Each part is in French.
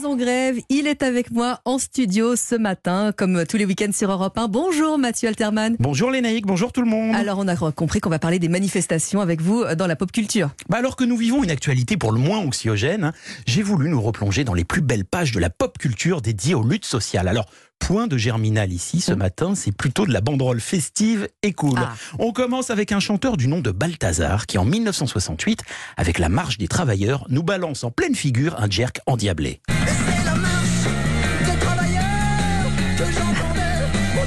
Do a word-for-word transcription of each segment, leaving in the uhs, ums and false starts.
pas en grève. Il est avec moi en studio ce matin, comme tous les week-ends sur Europe un. Bonjour Mathieu Alterman. Bonjour Lénaïque, bonjour tout le monde. Alors on a compris qu'on va parler des manifestations avec vous dans la pop culture. Bah alors que nous vivons une actualité pour le moins anxiogène, hein, j'ai voulu nous replonger dans les plus belles pages de la pop culture dédiées aux luttes sociales. Alors, point de germinal ici ce matin, c'est plutôt de la banderole festive et cool. Ah. On commence avec un chanteur du nom de Balthazar qui en mille neuf cent soixante-huit, avec la marche des travailleurs, nous balance en pleine figure un jerk endiablé. Et c'est la marche des travailleurs que j'entendais au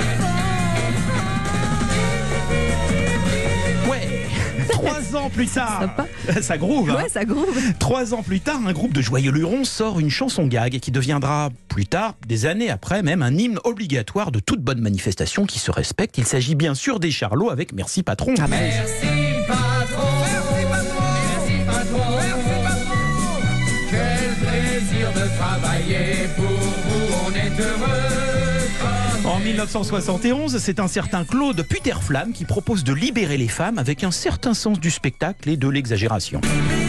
téléphone. Ouais, trois ans plus tard, ça groove. Ouais, hein. ça groove. Trois ans plus tard, un groupe de joyeux lurons sort une chanson gag qui deviendra plus tard, des années après même, un hymne obligatoire de toute bonne manifestation qui se respecte. Il s'agit bien sûr des Charlots avec Merci Patron. Ah bah, Merci patron, merci patron, merci patron, merci patron. Quel plaisir de travailler pour vous, on est heureux. En mille neuf cent soixante et onze, c'est un certain Claude Puterflamme qui propose de libérer les femmes avec un certain sens du spectacle et de l'exagération.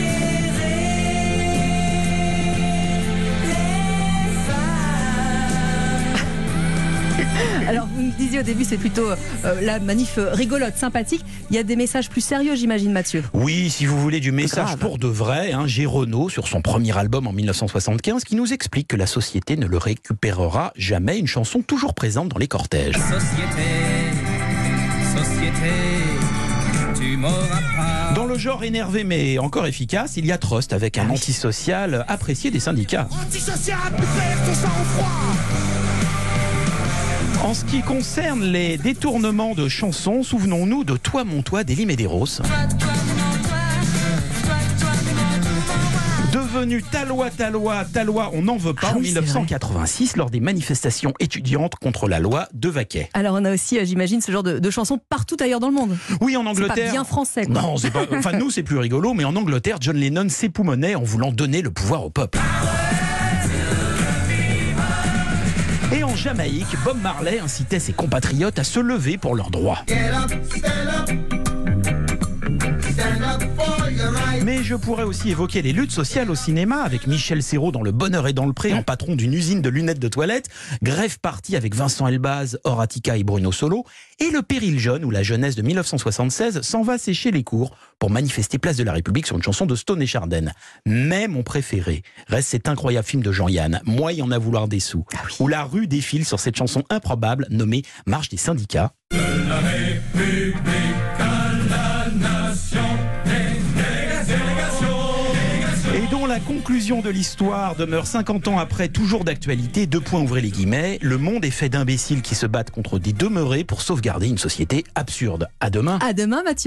Alors vous me disiez au début c'est plutôt euh, la manif rigolote, sympathique. Il y a des messages plus sérieux j'imagine Mathieu. Oui, si vous voulez du message Grave. pour de vrai, hein, j'ai Renaud sur son premier album en mille neuf cent soixante-quinze qui nous explique que la société ne le récupérera jamais, une chanson toujours présente dans les cortèges. Société, société, tu m'auras pas. Dans le genre énervé mais encore efficace, il y a Trust avec un antisocial apprécié des syndicats. Antisocial, perd ton sang-froid. En ce qui concerne les détournements de chansons, souvenons-nous de Toi mon toi d'Elie Medeiros. Devenu Ta loi, ta loi, ta loi, on n'en veut pas Ah en oui, mille neuf cent quatre-vingt-six lors des manifestations étudiantes contre la loi de Vaquet. Alors on a aussi euh, j'imagine ce genre de, de chansons partout ailleurs dans le monde. Oui, en C'est Angleterre. pas bien français quoi. Non, c'est pas. Enfin, nous, c'est plus rigolo, mais en Angleterre, John Lennon s'époumonait en voulant donner le pouvoir au peuple. Et en Jamaïque, Bob Marley incitait ses compatriotes à se lever pour leurs droits. Mais je pourrais aussi évoquer les luttes sociales au cinéma avec Michel Serrault dans Le Bonheur est dans le pré en patron d'une usine de lunettes de toilette, Grève Party avec Vincent Elbaz, Horatica et Bruno Solo, et Le Péril jeune où la jeunesse de mille neuf cent soixante-seize s'en va sécher les cours pour manifester place de la République sur une chanson de Stone et Chardin. Mais mon préféré reste cet incroyable film de Jean-Yann, Moi y en a vouloir des sous, Ah oui. où la rue défile sur cette chanson improbable nommée Marche des syndicats. De la République à la nation, délégation. Et dont la conclusion de l'histoire demeure cinquante ans après toujours d'actualité. Deux points, ouvrez les guillemets. Le monde est fait d'imbéciles qui se battent contre des demeurés pour sauvegarder une société absurde. À demain. À demain Mathieu.